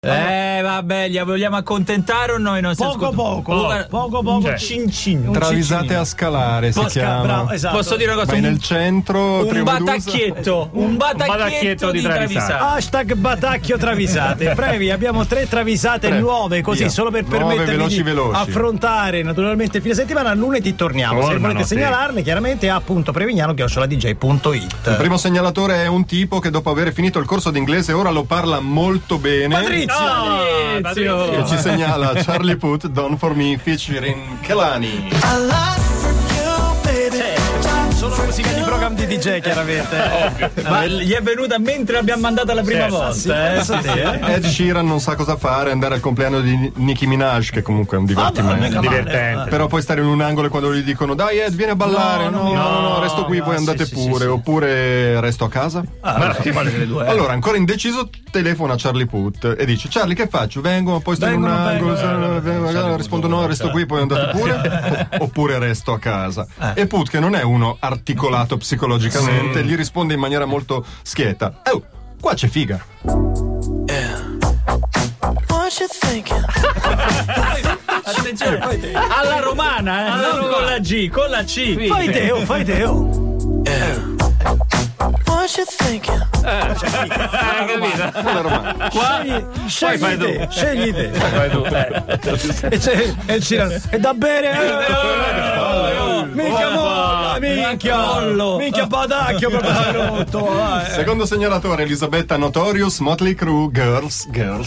Vabbè, li vogliamo accontentare o noi non Poco. Cin. Travisate a scalare si chiama. Bravo, esatto. Posso dire una cosa? Vai nel centro, Un batacchietto di travisate. Hashtag batacchio travisate. Brevi, abbiamo 3 travisate nuove, così solo per permettervi di affrontare naturalmente fine settimana. Lunedì torniamo. Se volete segnalarle, chiaramente a prevignano@dj.it. Il primo segnalatore è un tipo che dopo aver finito il corso d'inglese ora lo parla molto bene. Patrizio! Che ci segnala Charlie Puth, Done For Me featuring Kelani. Sono musica di programma di DJ, chiaramente. Ma gli è venuta mentre l'abbiamo mandata la prima volta. Ed Sheeran non sa cosa fare, andare al compleanno di Nicki Minaj, che comunque è un divertimento. Divertente. Però poi stare in un angolo e quando gli dicono dai Ed vieni a ballare, no, resto qui, voi andate pure, oppure resto a casa. Allora, ancora indeciso, telefona a Charlie Puth e dice: Charlie, che faccio? Vengo, poi sto in un angolo, rispondo no, resto qui, poi andate pure, oppure resto a casa. E Puth, che non è uno articolato psicologicamente, gli risponde in maniera molto schietta: oh, qua c'è figa. Attenzione, alla romana, non con la G, con la C. Fai Teo. What you thinking? Scegli te. E Sheeran, è da bere. Minchia badacchio proprio rotto. Secondo segnalatore Elisabetta Notorious, Motley Crue, Girls.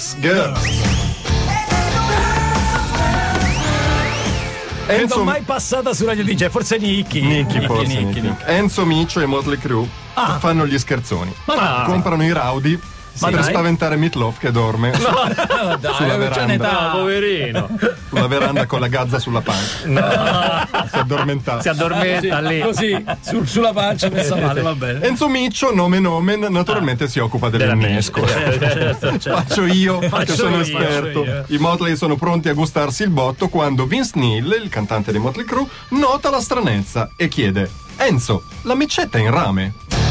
Enzo mai passata su Radio DJ, forse Nicky. Enzo Miccio e Motley Crue fanno gli scherzoni. Comprano i Rowdy per spaventare Meatloaf che dorme sulla veranda. Poverino. Sulla veranda con la gazza sulla pancia. Si addormenta lì. Così, sulla pancia messa male, va bene. Enzo Miccio, nomen omen, naturalmente si occupa dell'innesco. Certo. Faccio io, che sono esperto. I Motley sono pronti a gustarsi il botto quando Vince Neil, il cantante dei Motley Crue, nota la stranezza e chiede: Enzo, la micetta è in rame?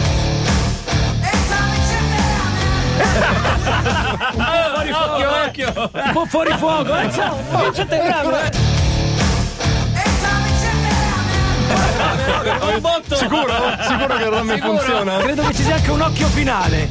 Occhio. Un po' fuori fuoco, Sicuro che il rame funziona? Credo che ci sia anche un occhio finale.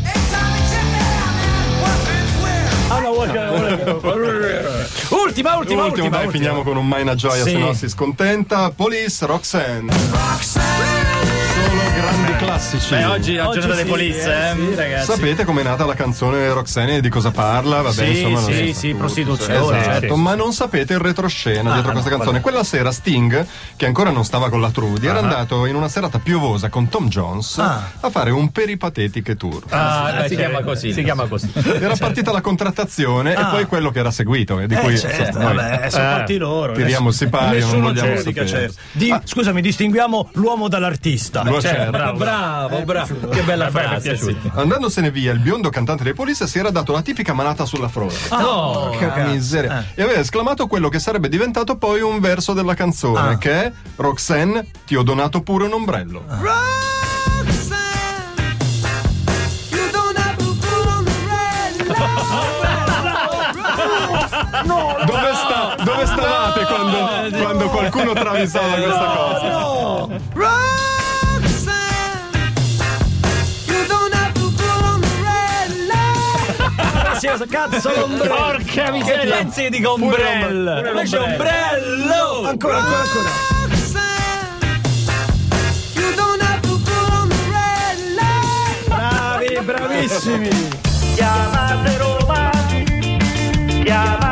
Ultima. Finiamo con un Maina Gioia, se no si scontenta. Police, Roxanne. Solo grandi classici. Oggi è la giornata dei Police, ragazzi. Sapete com'è nata la canzone Roxanne e di cosa parla? Vabbè, insomma, prostituzione. Esatto, ma non sapete il retroscena dietro questa canzone. Quella sera Sting, che ancora non stava con la Trudy, era andato in una serata piovosa con Tom Jones a fare un peripatetic tour. Si chiama così. Era partita la contrattazione e poi quello che era seguito, e di cui sono fatti loro. Tiriamo il sipario, non vogliamo giudica, sapere. Scusami, distinguiamo l'uomo dall'artista. Bravo. Che bella frase. Andandosene via, il biondo cantante dei Police si era dato la tipica manata sulla fronte. Che miseria. E aveva esclamato quello che sarebbe diventato poi un verso della canzone, che è: Roxanne, ti ho donato pure un ombrello. Dove stavate quando qualcuno travisava questa cosa? Cazzo, porca miseria, pensi di ombrello. Invece ombrello. Ancora. Bravissimi. Chiamate Roma, chiamate